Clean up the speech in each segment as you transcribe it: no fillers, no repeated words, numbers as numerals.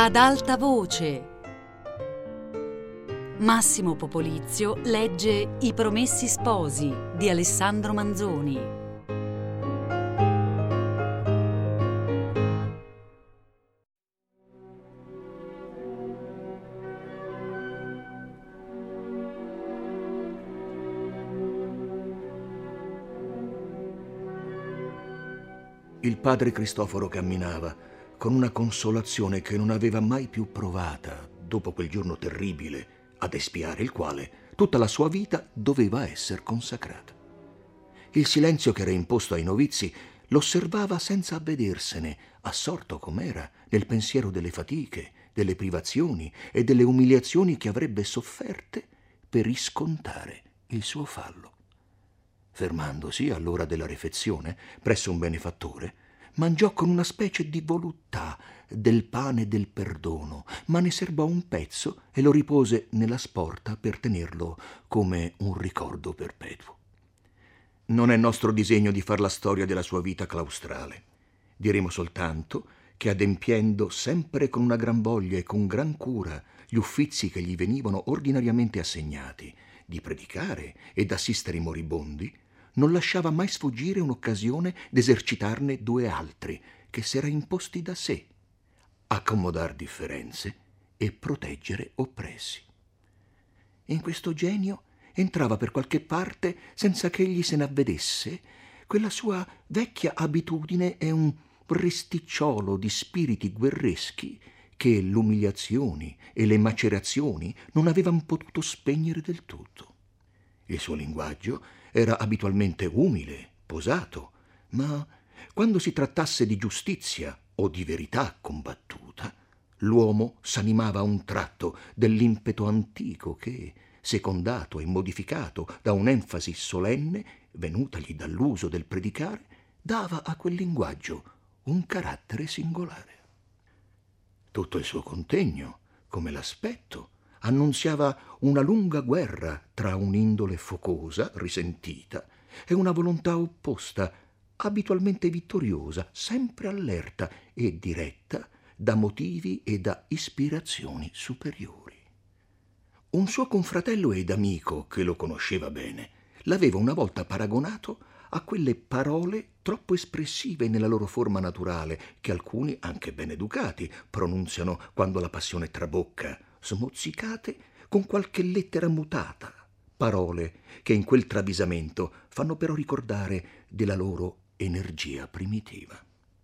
Ad alta voce. Massimo Popolizio legge I Promessi Sposi di Alessandro Manzoni. Il padre Cristoforo camminava con una consolazione che non aveva mai più provata dopo quel giorno terribile, ad espiare il quale tutta la sua vita doveva essere consacrata. Il silenzio che era imposto ai novizi l'osservava senza avvedersene, assorto com'era nel pensiero delle fatiche, delle privazioni e delle umiliazioni che avrebbe sofferte per riscontare il suo fallo. Fermandosi all'ora della refezione presso un benefattore, mangiò con una specie di voluttà del pane del perdono, ma ne serbò un pezzo e lo ripose nella sporta per tenerlo come un ricordo perpetuo. Non è nostro disegno di far la storia della sua vita claustrale. Diremo soltanto che, adempiendo sempre con una gran voglia e con gran cura gli uffizi che gli venivano ordinariamente assegnati, di predicare ed assistere i moribondi, non lasciava mai sfuggire un'occasione d'esercitarne due altri che s'era imposti da sé: accomodar differenze e proteggere oppressi. In questo genio entrava per qualche parte, senza che egli se n'avvedesse, quella sua vecchia abitudine e un risticciolo di spiriti guerreschi che l'umiliazioni e le macerazioni non avevan potuto spegnere del tutto. Il suo linguaggio era abitualmente umile, posato, ma quando si trattasse di giustizia o di verità combattuta, l'uomo s'animava a un tratto dell'impeto antico che, secondato e modificato da un'enfasi solenne venutagli dall'uso del predicare, dava a quel linguaggio un carattere singolare. Tutto il suo contegno, come l'aspetto, annunziava una lunga guerra tra un'indole focosa, risentita, e una volontà opposta, abitualmente vittoriosa, sempre allerta e diretta da motivi e da ispirazioni superiori. Un suo confratello ed amico, che lo conosceva bene, l'aveva una volta paragonato a quelle parole troppo espressive nella loro forma naturale che alcuni, anche ben educati, pronunziano quando la passione trabocca, smozzicate con qualche lettera mutata, parole che in quel travisamento fanno però ricordare della loro energia primitiva.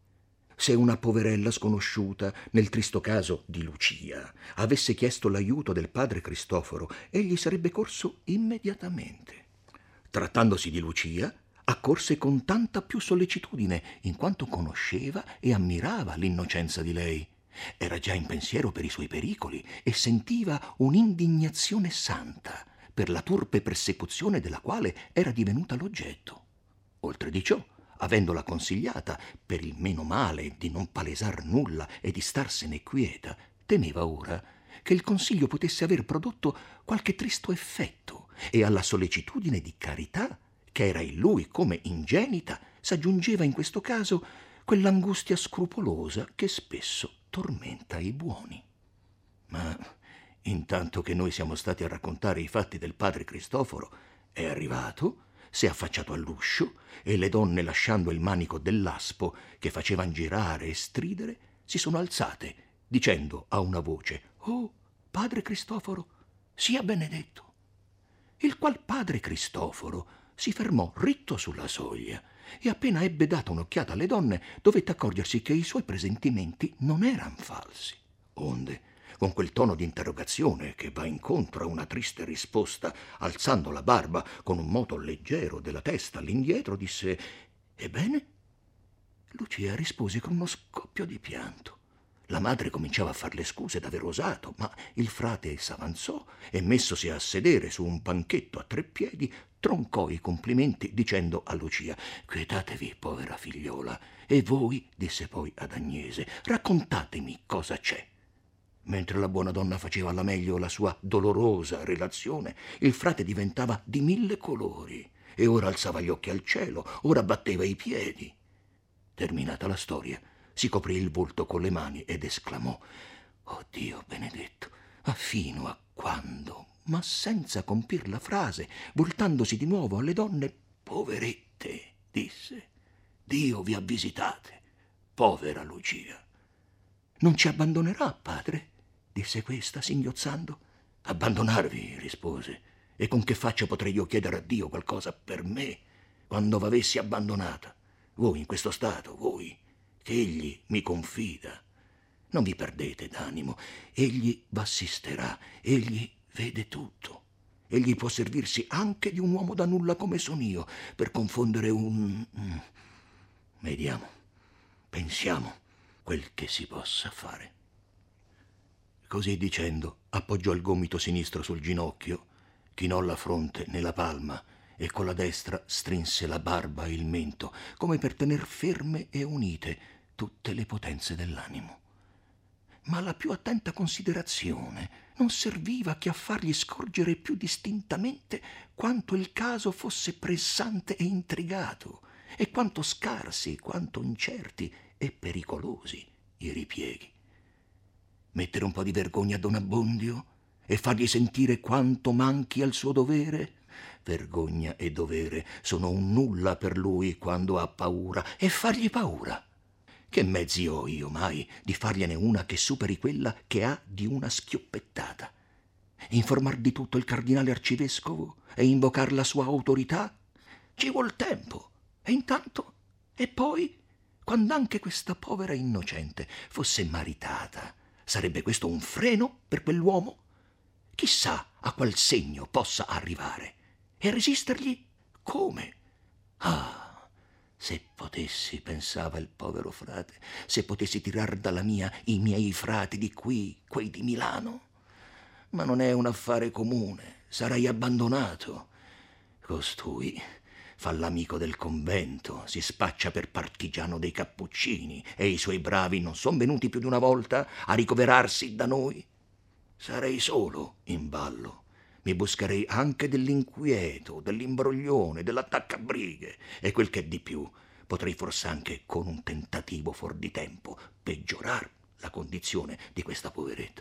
Se una poverella sconosciuta, nel tristo caso di Lucia, avesse chiesto l'aiuto del padre Cristoforo, egli sarebbe corso immediatamente. Trattandosi di Lucia, accorse con tanta più sollecitudine, in quanto conosceva e ammirava l'innocenza di lei. Era già in pensiero per i suoi pericoli e sentiva un'indignazione santa per la turpe persecuzione della quale era divenuta l'oggetto. Oltre di ciò, avendola consigliata per il meno male di non palesar nulla e di starsene quieta, temeva ora che il consiglio potesse aver prodotto qualche tristo effetto, e alla sollecitudine di carità che era in lui come ingenita s'aggiungeva in questo caso quell'angustia scrupolosa che spesso tormenta i buoni. Ma intanto che noi siamo stati a raccontare i fatti del padre Cristoforo, è arrivato, si è affacciato all'uscio e le donne, lasciando il manico dell'aspo che facevan girare e stridere, si sono alzate dicendo a una voce: «Oh, padre Cristoforo, sia benedetto!» Il qual padre Cristoforo si fermò ritto sulla soglia e appena ebbe dato un'occhiata alle donne dovette accorgersi che i suoi presentimenti non eran falsi. Onde, con quel tono di interrogazione che va incontro a una triste risposta, alzando la barba con un moto leggero della testa all'indietro, disse: «Ebbene?» Lucia rispose con uno scoppio di pianto. La madre cominciava a far le scuse d'aver osato, ma il frate s'avanzò e, messosi a sedere su un panchetto a 3 piedi, troncò i complimenti dicendo a Lucia: «Quietatevi, povera figliola, e voi», disse poi ad Agnese, «raccontatemi cosa c'è». Mentre la buona donna faceva alla meglio la sua dolorosa relazione, il frate diventava di 1000 colori e ora alzava gli occhi al cielo, ora batteva i piedi. Terminata la storia, si coprì il volto con le mani ed esclamò: Oh Dio benedetto, ma fino a quando? Ma senza compir la frase, voltandosi di nuovo alle donne: poverette, disse, Dio vi ha visitate, povera Lucia. Non ci abbandonerà, padre? Disse questa, singhiozzando. Abbandonarvi, rispose. E con che faccia potrei io chiedere a Dio qualcosa per me, quando v'avessi abbandonata? Voi in questo stato, voi, che egli mi confida. Non vi perdete d'animo, egli v'assisterà, egli vede tutto. Egli può servirsi anche di un uomo da nulla come son io per confondere Vediamo, pensiamo quel che si possa fare. Così dicendo, appoggiò il gomito sinistro sul ginocchio, chinò la fronte nella palma e con la destra strinse la barba e il mento, come per tener ferme e unite tutte le potenze dell'animo. Ma la più attenta considerazione non serviva che a fargli scorgere più distintamente quanto il caso fosse pressante e intrigato, e quanto scarsi, quanto incerti e pericolosi i ripieghi. Mettere un po' di vergogna a Don Abbondio e fargli sentire quanto manchi al suo dovere? Vergogna e dovere sono un nulla per lui quando ha paura, e fargli paura. Che mezzi ho io mai di fargliene una che superi quella che ha di una schioppettata? Informar di tutto il cardinale arcivescovo e invocar la sua autorità? Ci vuol tempo. E intanto? E poi? Quando anche questa povera innocente fosse maritata, sarebbe questo un freno per quell'uomo? Chissà a qual segno possa arrivare. E resistergli? Come? Ah! Se potessi, pensava il povero frate, se potessi tirar dalla mia i miei frati di qui, quei di Milano. Ma non è un affare comune, sarei abbandonato. Costui fa l'amico del convento, si spaccia per partigiano dei Cappuccini, e i suoi bravi non son venuti più di una volta a ricoverarsi da noi. Sarei solo in ballo. Mi buscherei anche dell'inquieto, dell'imbroglione, dell'attaccabrighe, e quel che è di più, potrei fors'anche con un tentativo fuor di tempo peggiorar la condizione di questa poveretta.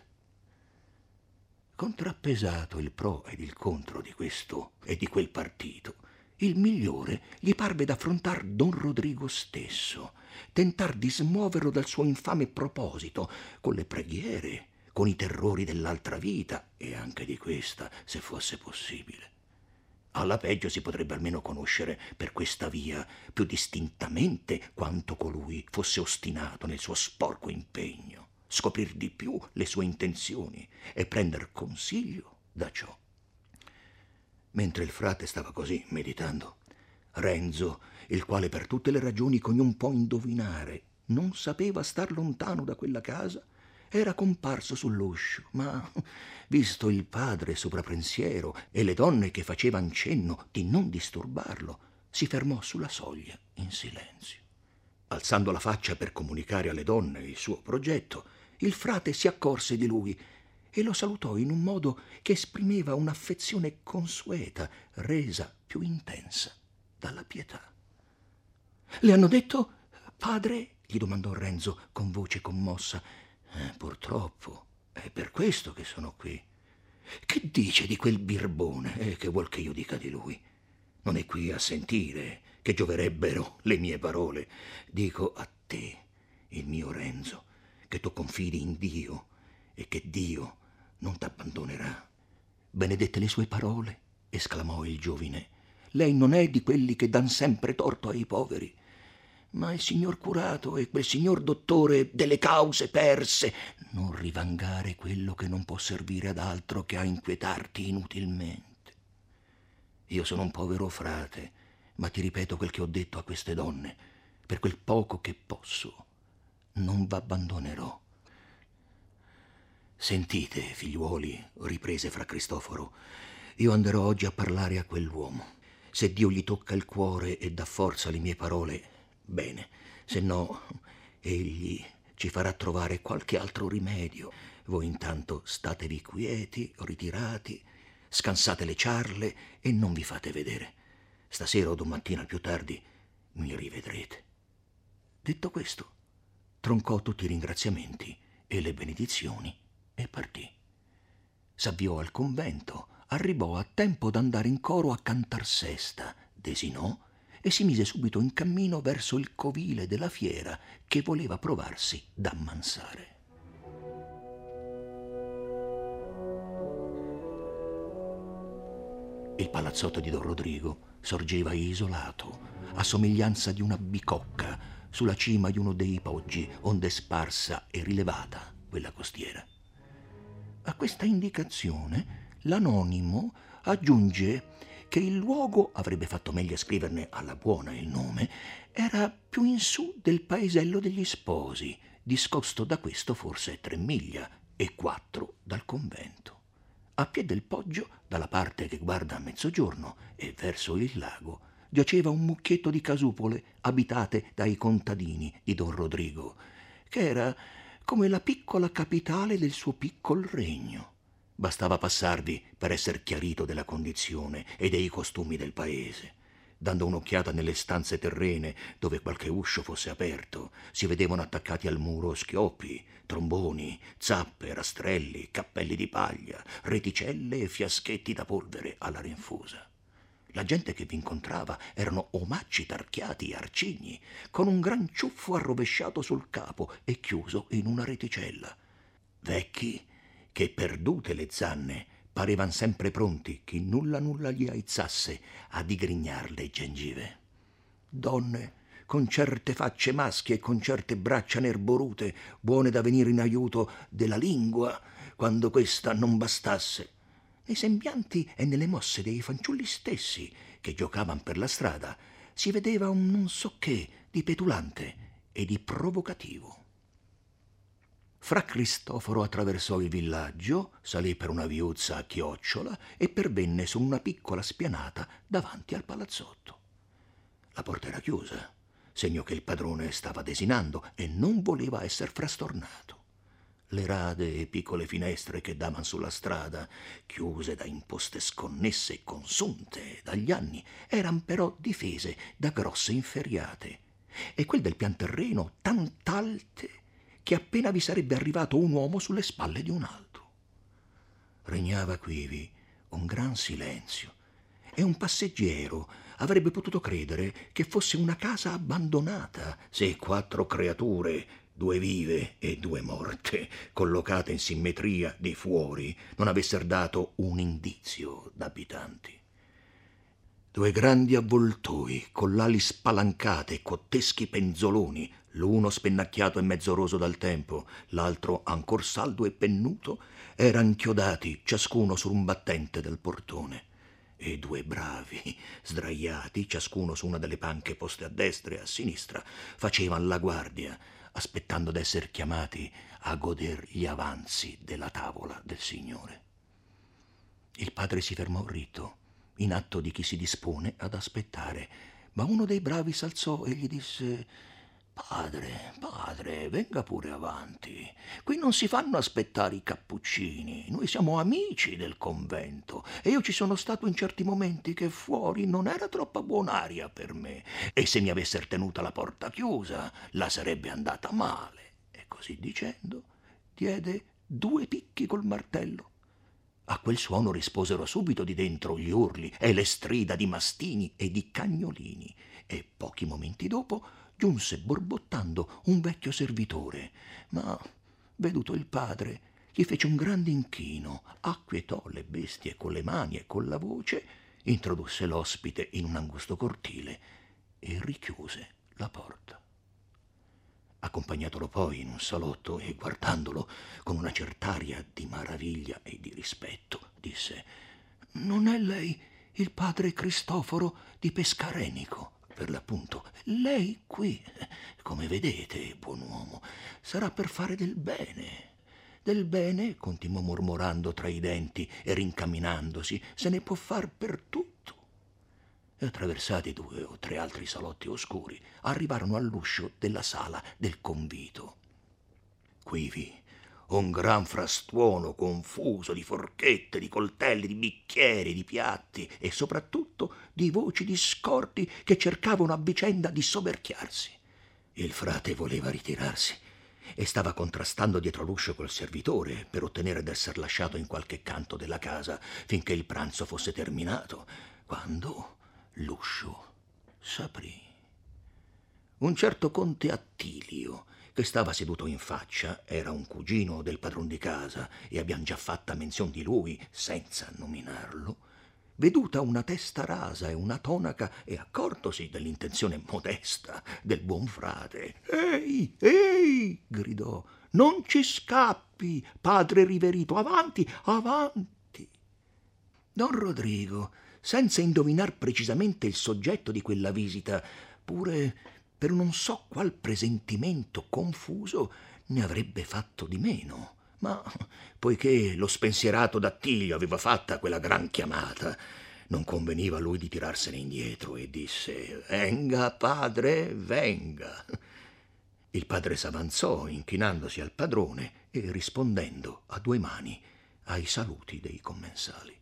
Contrappesato il pro ed il contro di questo e di quel partito, il migliore gli parve d'affrontar Don Rodrigo stesso, tentar di smuoverlo dal suo infame proposito con le preghiere, con i terrori dell'altra vita e anche di questa, se fosse possibile. Alla peggio si potrebbe almeno conoscere per questa via più distintamente quanto colui fosse ostinato nel suo sporco impegno, scoprir di più le sue intenzioni e prender consiglio da ciò. Mentre il frate stava così meditando, Renzo, il quale per tutte le ragioni che ognuno può indovinare non sapeva star lontano da quella casa, era comparso sull'uscio, ma visto il padre sopraprensiero e le donne che facevan cenno di non disturbarlo, si fermò sulla soglia in silenzio. Alzando la faccia per comunicare alle donne il suo progetto, il frate si accorse di lui e lo salutò in un modo che esprimeva un'affezione consueta, resa più intensa dalla pietà. «Le hanno detto, padre?» gli domandò Renzo con voce commossa. «Purtroppo, è per questo che sono qui. Che dice di quel birbone e che vuol che io dica di lui? Non è qui a sentire, che gioverebbero le mie parole. Dico a te, il mio Renzo, che tu confidi in Dio e che Dio non t'abbandonerà». «Benedette le sue parole», esclamò il giovine. «Lei non è di quelli che dan sempre torto ai poveri. Ma il signor curato e quel signor dottore delle cause perse, non rivangare quello che non può servire ad altro che a inquietarti inutilmente. Io sono un povero frate, ma ti ripeto quel che ho detto a queste donne. Per quel poco che posso, non v'abbandonerò». «Sentite, figliuoli», riprese fra Cristoforo, «io anderò oggi a parlare a quell'uomo. Se Dio gli tocca il cuore e dà forza alle mie parole, bene, se no, egli ci farà trovare qualche altro rimedio. Voi intanto statevi quieti, ritirati, scansate le ciarle e non vi fate vedere. Stasera o domattina al più tardi mi rivedrete». Detto questo, troncò tutti i ringraziamenti e le benedizioni e partì. S'avviò al convento, arrivò a tempo d'andare in coro a cantar sesta, desinò e si mise subito in cammino verso il covile della fiera che voleva provarsi d'ammansare. Il palazzotto di Don Rodrigo sorgeva isolato, a somiglianza di una bicocca sulla cima di uno dei poggi onde è sparsa e rilevata quella costiera. A questa indicazione l'anonimo aggiunge che il luogo, avrebbe fatto meglio a scriverne alla buona il nome, era più in su del paesello degli sposi, discosto da questo forse 3 miglia e 4 dal convento. A piè del poggio, dalla parte che guarda a mezzogiorno e verso il lago, giaceva un mucchietto di casupole abitate dai contadini di Don Rodrigo, che era come la piccola capitale del suo piccol regno. Bastava passarvi per esser chiarito della condizione e dei costumi del paese. Dando un'occhiata nelle stanze terrene, dove qualche uscio fosse aperto, si vedevano attaccati al muro schioppi, tromboni, zappe, rastrelli, cappelli di paglia, reticelle e fiaschetti da polvere alla rinfusa. La gente che vi incontrava erano omacci tarchiati e arcigni, con un gran ciuffo arrovesciato sul capo e chiuso in una reticella. Vecchi che, perdute le zanne, parevan sempre pronti che nulla gli aizzasse a digrignare le gengive. Donne con certe facce maschie e con certe braccia nerborute, buone da venire in aiuto della lingua quando questa non bastasse. Nei sembianti e nelle mosse dei fanciulli stessi che giocavan per la strada si vedeva un non so che di petulante e di provocativo. Fra Cristoforo attraversò il villaggio, salì per una viuzza a chiocciola e pervenne su una piccola spianata davanti al palazzotto. La porta era chiusa, segno che il padrone stava desinando e non voleva esser frastornato. Le rade e piccole finestre che davan sulla strada, chiuse da imposte sconnesse e consunte dagli anni, eran però difese da grosse inferriate, e quel del pian terreno tant'alte che appena vi sarebbe arrivato un uomo sulle spalle di un altro. Regnava quivi un gran silenzio e un passeggero avrebbe potuto credere che fosse una casa abbandonata se 4 creature, 2 vive e 2 morte, collocate in simmetria di fuori, non avesser dato un indizio d'abitanti. 2 grandi avvoltoi, con l'ali spalancate e cotteschi penzoloni, l'uno spennacchiato e mezzo roso dal tempo, l'altro ancor saldo e pennuto, eran chiodati ciascuno su un battente del portone. E 2 bravi, sdraiati, ciascuno su una delle panche poste a destra e a sinistra, facevan la guardia, aspettando d'esser chiamati a goder gli avanzi della tavola del Signore. Il padre si fermò ritto, in atto di chi si dispone ad aspettare, ma uno dei bravi s'alzò e gli disse: Padre, venga pure avanti. Qui non si fanno aspettare i cappuccini. Noi siamo amici del convento e io ci sono stato in certi momenti che fuori non era troppa buon'aria per me e se mi avesser tenuta la porta chiusa la sarebbe andata male. E così dicendo diede 2 picchi col martello. A quel suono risposero subito di dentro gli urli e le strida di mastini e di cagnolini e pochi momenti dopo giunse borbottando un vecchio servitore, ma, veduto il padre, gli fece un grande inchino, acquietò le bestie con le mani e con la voce, introdusse l'ospite in un angusto cortile e richiuse la porta. Accompagnatolo poi in un salotto e guardandolo con una cert'aria di maraviglia e di rispetto, disse: «Non è lei il padre Cristoforo di Pescarenico? Per l'appunto, lei qui, come vedete, buon uomo, sarà per fare del bene. Del bene, continuò mormorando tra i denti e rincamminandosi, se ne può far per tutto». E attraversati 2 o 3 altri salotti oscuri, arrivarono all'uscio della sala del convito. Quivi un gran frastuono confuso di forchette, di coltelli, di bicchieri, di piatti e soprattutto di voci discordi che cercavano a vicenda di soverchiarsi. Il frate voleva ritirarsi e stava contrastando dietro l'uscio col servitore per ottenere d'esser lasciato in qualche canto della casa finché il pranzo fosse terminato, quando l'uscio s'aprì. Un certo conte Attilio, che stava seduto in faccia, era un cugino del padron di casa e abbiam già fatta menzione di lui senza nominarlo, veduta una testa rasa e una tonaca e accortosi dell'intenzione modesta del buon frate. «Ehi, ehi!» gridò. «Non ci scappi, padre Riverito, avanti, avanti!» Don Rodrigo, senza indovinar precisamente il soggetto di quella visita, pure per non so qual presentimento confuso, ne avrebbe fatto di meno. Ma poiché lo spensierato d'Attilio aveva fatta quella gran chiamata, non conveniva a lui di tirarsene indietro e disse: «Venga, padre, venga!» Il padre s'avanzò, inchinandosi al padrone e rispondendo a due mani ai saluti dei commensali.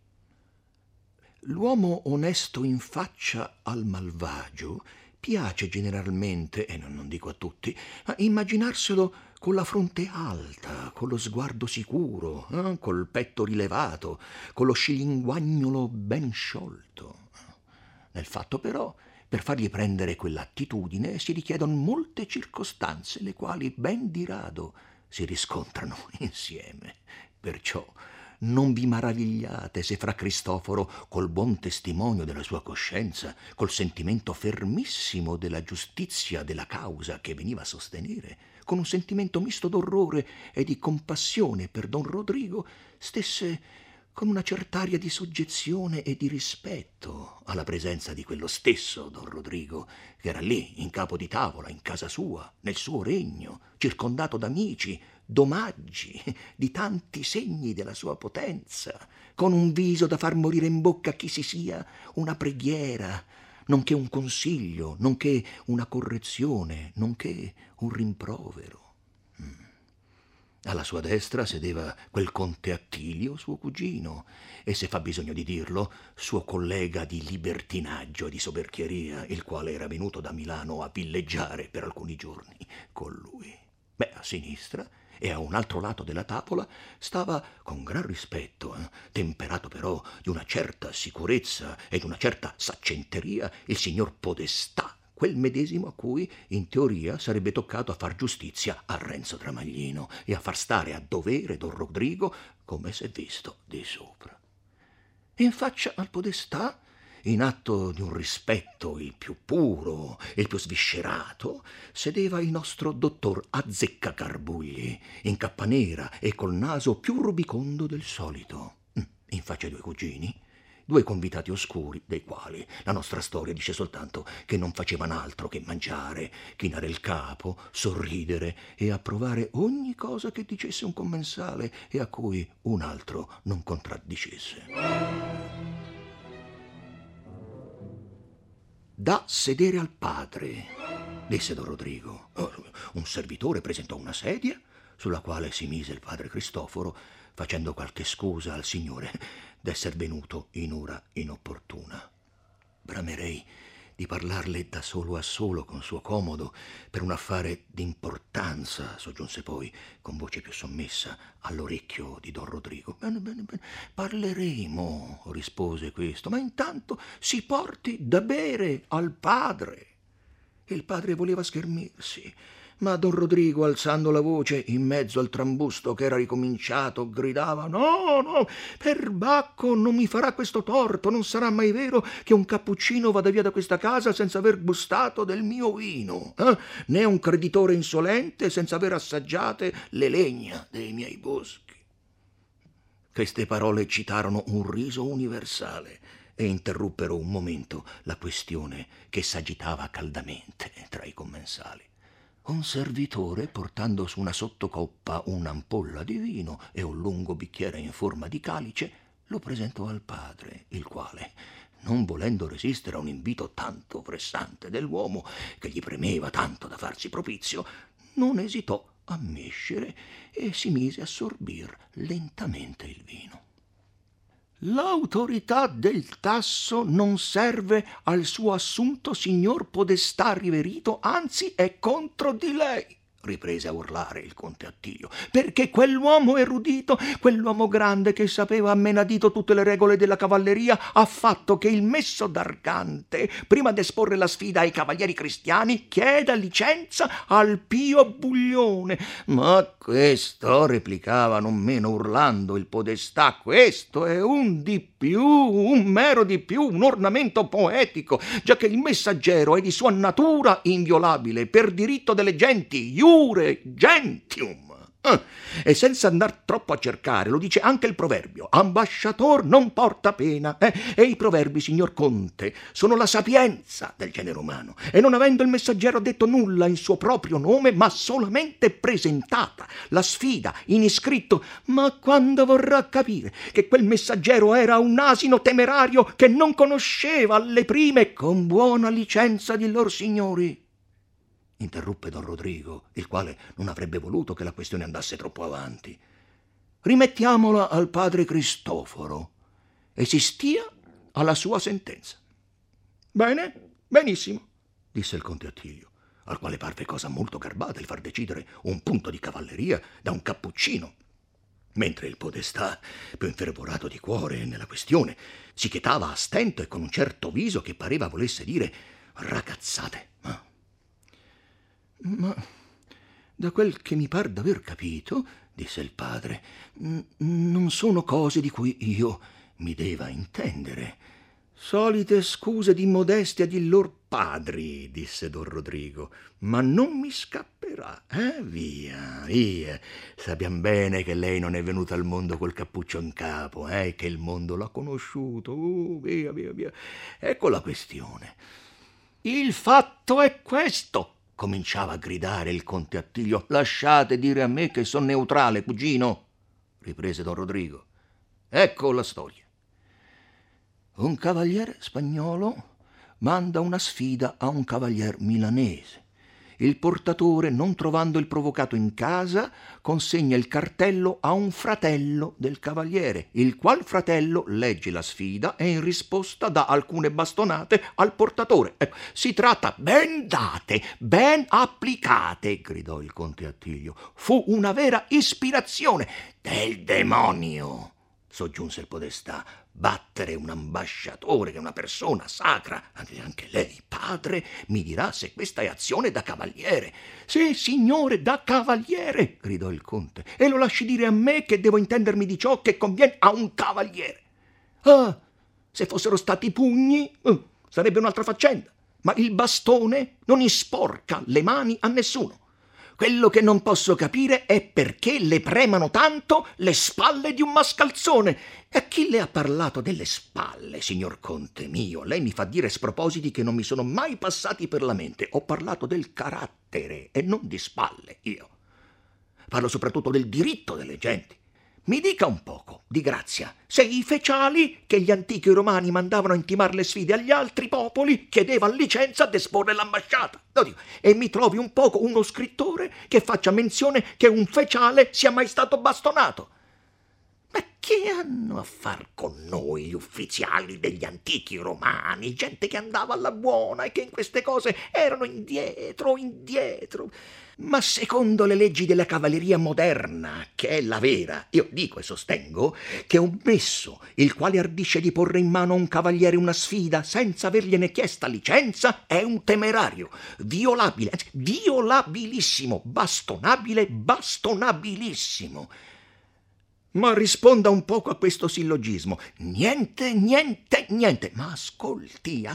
L'uomo onesto in faccia al malvagio piace generalmente, e non dico a tutti, ma immaginarselo con la fronte alta, con lo sguardo sicuro, col petto rilevato, con lo scilinguagnolo ben sciolto. Nel fatto però, per fargli prendere quell'attitudine, si richiedono molte circostanze, le quali ben di rado si riscontrano insieme. Perciò non vi maravigliate se fra Cristoforo, col buon testimonio della sua coscienza, col sentimento fermissimo della giustizia della causa che veniva a sostenere, con un sentimento misto d'orrore e di compassione per don Rodrigo, stesse con una cert'aria di soggezione e di rispetto alla presenza di quello stesso don Rodrigo, che era lì, in capo di tavola, in casa sua, nel suo regno, circondato d'amici, d'omaggi, di tanti segni della sua potenza, con un viso da far morire in bocca a chi si sia una preghiera, nonché un consiglio, nonché una correzione, nonché un rimprovero. Alla sua destra sedeva quel conte Attilio, suo cugino, e, se fa bisogno di dirlo, suo collega di libertinaggio e di soverchieria, il quale era venuto da Milano a villeggiare per alcuni giorni con lui. A sinistra e a un altro lato della tavola stava, con gran rispetto, temperato però di una certa sicurezza e di una certa saccenteria, il signor Podestà, quel medesimo a cui, in teoria, sarebbe toccato a far giustizia a Renzo Tramaglino e a far stare a dovere don Rodrigo come s'è visto di sopra. In faccia al Podestà, in atto di un rispetto il più puro, il più sviscerato, sedeva il nostro dottor Azzeccacarbugli, in cappa nera e col naso più rubicondo del solito. In faccia ai due cugini, due convitati oscuri, dei quali la nostra storia dice soltanto che non facevano altro che mangiare, chinare il capo, sorridere e approvare ogni cosa che dicesse un commensale e a cui un altro non contraddicesse. «Da sedere al padre», disse don Rodrigo. Un servitore presentò una sedia, sulla quale si mise il padre Cristoforo, facendo qualche scusa al signore d'esser venuto in ora inopportuna. Bramerei di parlarle da solo a solo con suo comodo per un affare d'importanza, soggiunse poi con voce più sommessa all'orecchio di don Rodrigo. Bene, parleremo, rispose questo, ma intanto si porti da bere al padre. Il padre voleva schermirsi, ma don Rodrigo, alzando la voce in mezzo al trambusto che era ricominciato, gridava: no, per Bacco non mi farà questo torto, non sarà mai vero che un cappuccino vada via da questa casa senza aver gustato del mio vino, né un creditore insolente senza aver assaggiate le legna dei miei boschi. Queste parole eccitarono un riso universale e interruppero un momento la questione che s'agitava caldamente tra i commensali. Un servitore, portando su una sottocoppa un'ampolla di vino e un lungo bicchiere in forma di calice, lo presentò al padre, il quale, non volendo resistere a un invito tanto pressante dell'uomo, che gli premeva tanto da farsi propizio, non esitò a mescere e si mise a sorbir lentamente il vino. «L'autorità del tasso non serve al suo assunto signor Podestà Riverito, anzi è contro di lei», riprese a urlare il conte Attilio, perché quell'uomo erudito, quell'uomo grande che sapeva a menadito tutte le regole della cavalleria, ha fatto che il messo d'Argante, prima d'esporre la sfida ai cavalieri cristiani, chieda licenza al Pio Buglione. Ma questo, replicava non meno urlando il podestà, questo è un di più, un mero di più, un ornamento poetico, già che il messaggero è di sua natura inviolabile, per diritto delle genti, iure gentium. E senza andar troppo a cercare, lo dice anche il proverbio: ambasciator non porta pena. E i proverbi, signor conte, sono la sapienza del genere umano, e non avendo il messaggero detto nulla in suo proprio nome, ma solamente presentata la sfida in iscritto, ma quando vorrà capire che quel messaggero era un asino temerario che non conosceva alle prime, con buona licenza di lor signori, interruppe don Rodrigo, il quale non avrebbe voluto che la questione andasse troppo avanti, rimettiamola al padre Cristoforo e si stia alla sua sentenza. Bene, benissimo, disse il conte Attilio, al quale parve cosa molto garbata il far decidere un punto di cavalleria da un cappuccino, mentre il podestà, più infervorato di cuore nella questione, si chetava a stento e con un certo viso che pareva volesse dire ragazzate. Ma da quel che mi par d'aver capito, disse il padre, non sono cose di cui io mi deva intendere. Solite scuse di modestia di lor padri, disse don Rodrigo, ma non mi scapperà. Via, via. Sappiam bene che lei non è venuta al mondo col cappuccio in capo, che il mondo l'ha conosciuto. Via, via, via. Ecco la questione. Il fatto è questo, cominciava a gridare il conte Attilio. Lasciate dire a me che son neutrale, cugino, riprese don Rodrigo. Ecco la storia. Un cavaliere spagnolo manda una sfida a un cavalier milanese. Il portatore, non trovando il provocato in casa, consegna il cartello a un fratello del cavaliere, il qual fratello legge la sfida e in risposta dà alcune bastonate al portatore. Si tratta, ben date, ben applicate, gridò il conte Attilio. Fu una vera ispirazione del demonio, soggiunse il podestà. Battere un ambasciatore, che è una persona sacra, anche lei, padre, mi dirà se questa è azione da cavaliere. Sì, signore, da cavaliere, gridò il conte, e lo lasci dire a me che devo intendermi di ciò che conviene a un cavaliere. Se fossero stati pugni, sarebbe un'altra faccenda, ma il bastone non isporca le mani a nessuno. Quello che non posso capire è perché le premano tanto le spalle di un mascalzone. E a chi le ha parlato delle spalle, signor conte mio? Lei mi fa dire spropositi che non mi sono mai passati per la mente. Ho parlato del carattere e non di spalle, io. Parlo soprattutto del diritto delle genti. Mi dica un poco, di grazia, se i feciali che gli antichi romani mandavano a intimar le sfide agli altri popoli chiedevano licenza ad esporre l'ambasciata. E mi trovi un poco uno scrittore che faccia menzione che un feciale sia mai stato bastonato. Ma che hanno a far con noi gli ufficiali degli antichi romani, gente che andava alla buona e che in queste cose erano indietro. Ma secondo le leggi della cavalleria moderna, che è la vera, io dico e sostengo che un messo, il quale ardisce di porre in mano a un cavaliere una sfida senza avergliene chiesta licenza, è un temerario, violabile, violabilissimo, bastonabilissimo. Ma risponda un poco a questo sillogismo. Niente. Ma ascolti.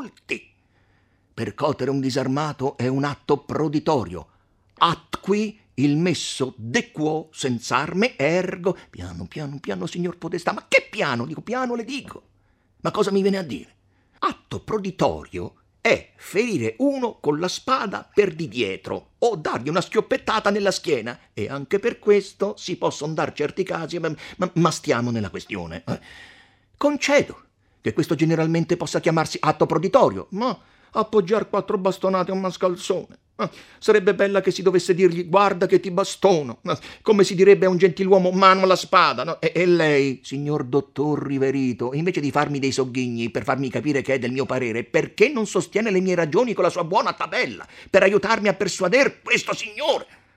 Percotere un disarmato è un atto proditorio. Atqui il messo de quo senz'arme ergo. Piano, signor podestà. Ma che piano? Dico piano, le dico. Ma cosa mi viene a dire? Atto proditorio è ferire uno con la spada per di dietro o dargli una schioppettata nella schiena, e anche per questo si possono dar certi casi, ma stiamo nella questione. Concedo che questo generalmente possa chiamarsi atto proditorio, ma appoggiar 4 bastonate a un mascalzone sarebbe bella che si dovesse dirgli guarda che ti bastono, come si direbbe a un gentiluomo mano alla spada, no? E lei, signor dottor Riverito, invece di farmi dei sogghigni per farmi capire che è del mio parere, perché non sostiene le mie ragioni con la sua buona tabella per aiutarmi a persuader questo signore?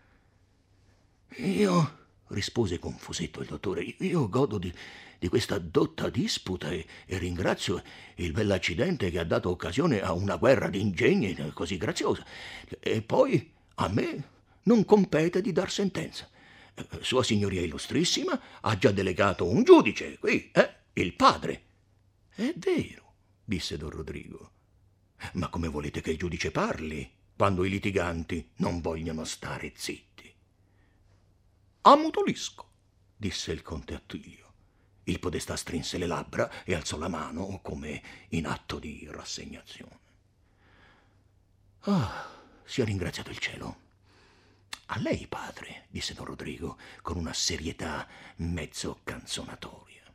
Io, rispose confusetto il dottore, io godo di questa dotta disputa e ringrazio il bell'accidente che ha dato occasione a una guerra di ingegni così graziosa. E poi a me non compete di dar sentenza. Sua Signoria Illustrissima ha già delegato un giudice qui, il padre. È vero, disse Don Rodrigo. Ma come volete che il giudice parli quando i litiganti non vogliono stare zitti? Ammutolisco, disse il conte Attilio. Il podestà strinse le labbra e alzò la mano come in atto di rassegnazione. Sia ringraziato il cielo. A lei, padre, disse Don Rodrigo con una serietà mezzo canzonatoria.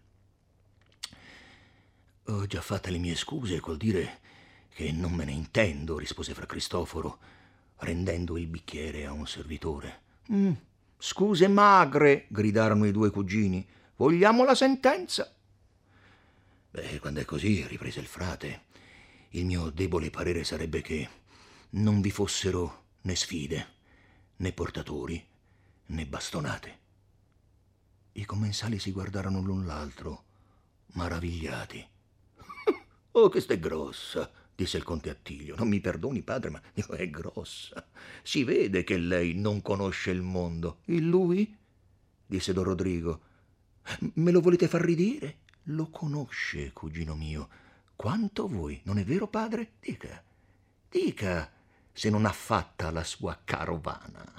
Ho già fatte le mie scuse col dire che non me ne intendo, rispose Fra Cristoforo, rendendo il bicchiere a un servitore. Scuse magre, gridarono i due cugini. Vogliamo la sentenza? Beh, quando è così, riprese il frate, il mio debole parere sarebbe che non vi fossero né sfide, né portatori, né bastonate. I commensali si guardarono l'un l'altro, maravigliati. Oh, questa è grossa, disse il conte Attilio. Non mi perdoni, padre, ma è grossa. Si vede che lei non conosce il mondo. E lui? Disse Don Rodrigo. Me lo volete far ridire? Lo conosce, cugino mio, quanto voi, non è vero, padre? Dica se non ha fatta la sua carovana.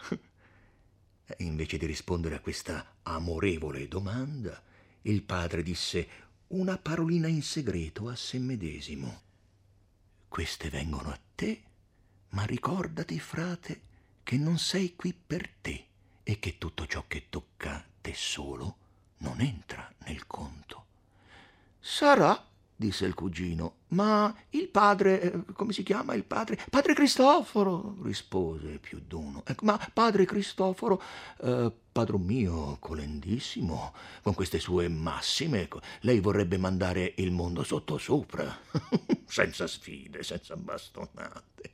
Invece di rispondere a questa amorevole domanda, il padre disse una parolina in segreto a sé medesimo. Queste vengono a te, ma ricordati, frate, che non sei qui per te e che tutto ciò che tocca te solo non entra nel conto. Sarà, disse il cugino, ma il padre, come si chiama il padre? Padre Cristoforo, rispose più d'uno. Ma padre Cristoforo, padron mio, colendissimo, con queste sue massime, lei vorrebbe mandare il mondo sottosopra, senza sfide, senza bastonate.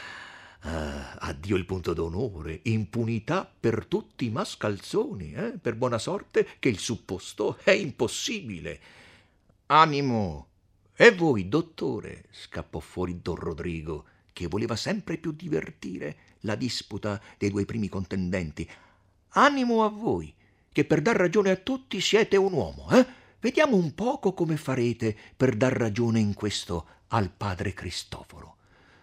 Addio il punto d'onore, impunità per tutti i mascalzoni, per buona sorte che il supposto è impossibile. Animo! E voi, dottore? Scappò fuori Don Rodrigo, che voleva sempre più divertire la disputa dei due primi contendenti. Animo a voi, che per dar ragione a tutti siete un uomo, Vediamo un poco come farete per dar ragione in questo al padre Cristoforo.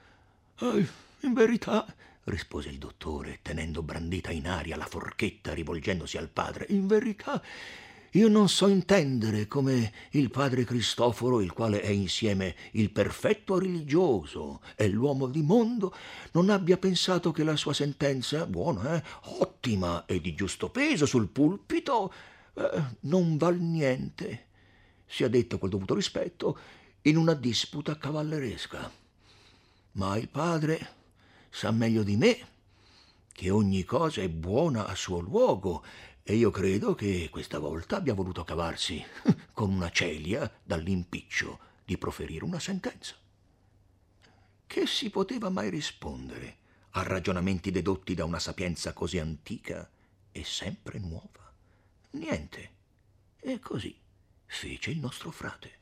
In verità, rispose il dottore, tenendo brandita in aria la forchetta rivolgendosi al padre, in verità io non so intendere come il padre Cristoforo, il quale è insieme il perfetto religioso e l'uomo di mondo, non abbia pensato che la sua sentenza, buona, ottima e di giusto peso sul pulpito, non val niente, sia detto col dovuto rispetto, in una disputa cavalleresca. Ma il padre sa meglio di me che ogni cosa è buona a suo luogo e io credo che questa volta abbia voluto cavarsi con una celia dall'impiccio di proferire una sentenza. Che si poteva mai rispondere a ragionamenti dedotti da una sapienza così antica e sempre nuova? Niente. E così fece il nostro frate.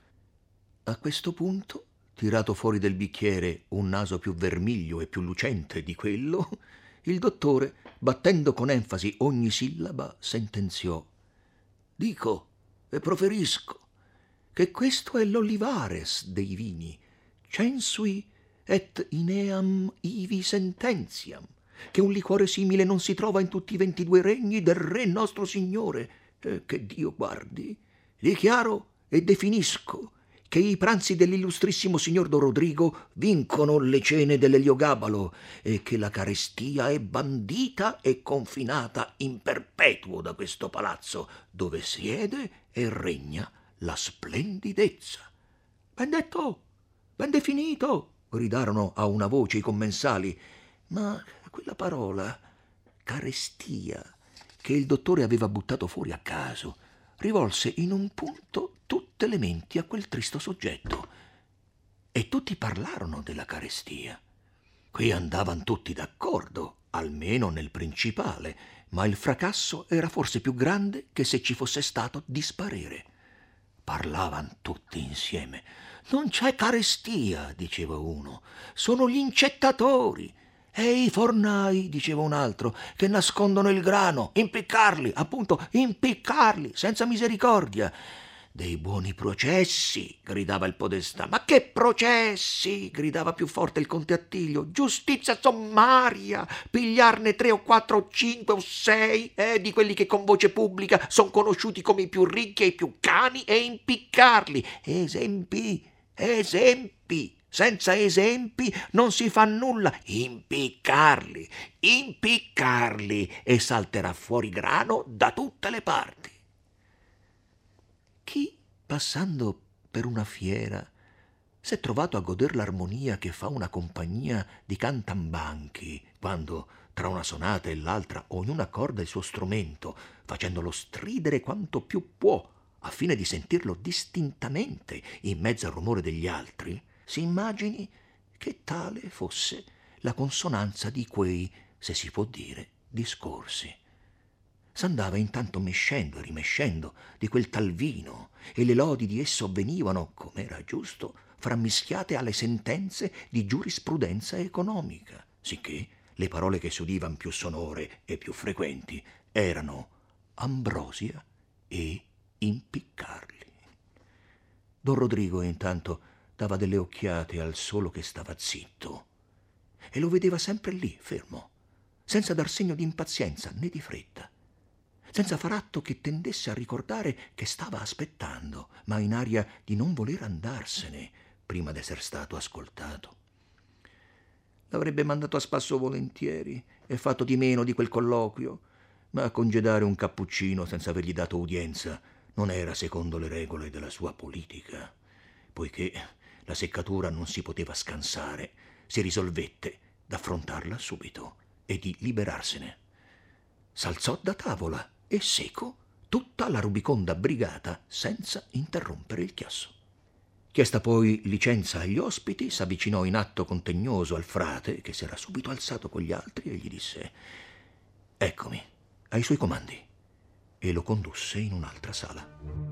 A questo punto, tirato fuori del bicchiere un naso più vermiglio e più lucente di quello, il dottore, battendo con enfasi ogni sillaba, sentenziò: dico e proferisco che questo è l'olivares dei vini, censui et ineam ivi sententiam, che un liquore simile non si trova in tutti i 22 regni del re nostro signore, che Dio guardi. Dichiaro e definisco che i pranzi dell'illustrissimo signor Don Rodrigo vincono le cene dell'Eliogabalo e che la carestia è bandita e confinata in perpetuo da questo palazzo, dove siede e regna la splendidezza. Ben detto, ben definito, gridarono a una voce i commensali, ma quella parola, carestia, che il dottore aveva buttato fuori a caso, rivolse in un punto tutte le menti a quel tristo soggetto, e tutti parlarono della carestia. Qui andavan tutti d'accordo, almeno nel principale, ma il fracasso era forse più grande che se ci fosse stato disparere. Parlavan tutti insieme. «Non c'è carestia», diceva uno, «sono gli incettatori». «E i fornai», diceva un altro, «che nascondono il grano, impiccarli, appunto, impiccarli, senza misericordia». «Dei buoni processi», gridava il podestà. «Ma che processi?» gridava più forte il conte Attilio. «Giustizia sommaria, pigliarne 3 o 4 o 5 o 6 di quelli che con voce pubblica sono conosciuti come i più ricchi e i più cani e impiccarli. Esempi, esempi. Senza esempi non si fa nulla. Impiccarli, impiccarli, e salterà fuori grano da tutte le parti». Chi, passando per una fiera, s'è trovato a goder l'armonia che fa una compagnia di cantambanchi, quando, tra una sonata e l'altra, ognuna accorda il suo strumento, facendolo stridere quanto più può, a fine di sentirlo distintamente in mezzo al rumore degli altri, si immagini che tale fosse la consonanza di quei, se si può dire, discorsi. S'andava intanto mescendo e rimescendo di quel tal vino, e le lodi di esso avvenivano, come era giusto, frammischiate alle sentenze di giurisprudenza economica, sicché le parole che si udivan più sonore e più frequenti erano ambrosia e impiccarli. Don Rodrigo intanto dava delle occhiate al solo che stava zitto, e lo vedeva sempre lì, fermo, senza dar segno di impazienza né di fretta, senza far atto che tendesse a ricordare che stava aspettando, ma in aria di non voler andarsene prima d'esser stato ascoltato. L'avrebbe mandato a spasso volentieri e fatto di meno di quel colloquio, ma congedare un cappuccino senza avergli dato udienza non era secondo le regole della sua politica. Poiché la seccatura non si poteva scansare, si risolvette d'affrontarla subito e di liberarsene. S'alzò da tavola e seco tutta la rubiconda brigata senza interrompere il chiasso. Chiesta poi licenza agli ospiti, s'avvicinò in atto contegnoso al frate, che si era subito alzato con gli altri, e gli disse: «Eccomi, ai suoi comandi», e lo condusse in un'altra sala.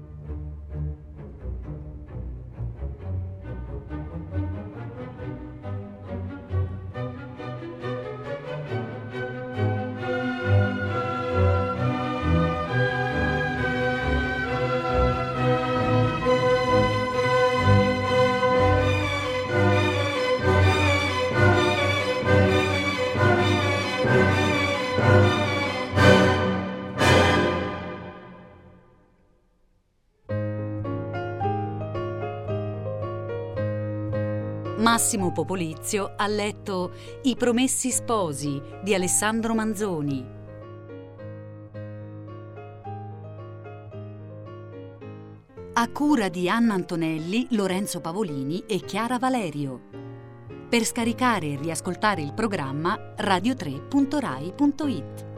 Massimo Popolizio ha letto I Promessi Sposi di Alessandro Manzoni. A cura di Anna Antonelli, Lorenzo Pavolini e Chiara Valerio. Per scaricare e riascoltare il programma radio3.rai.it.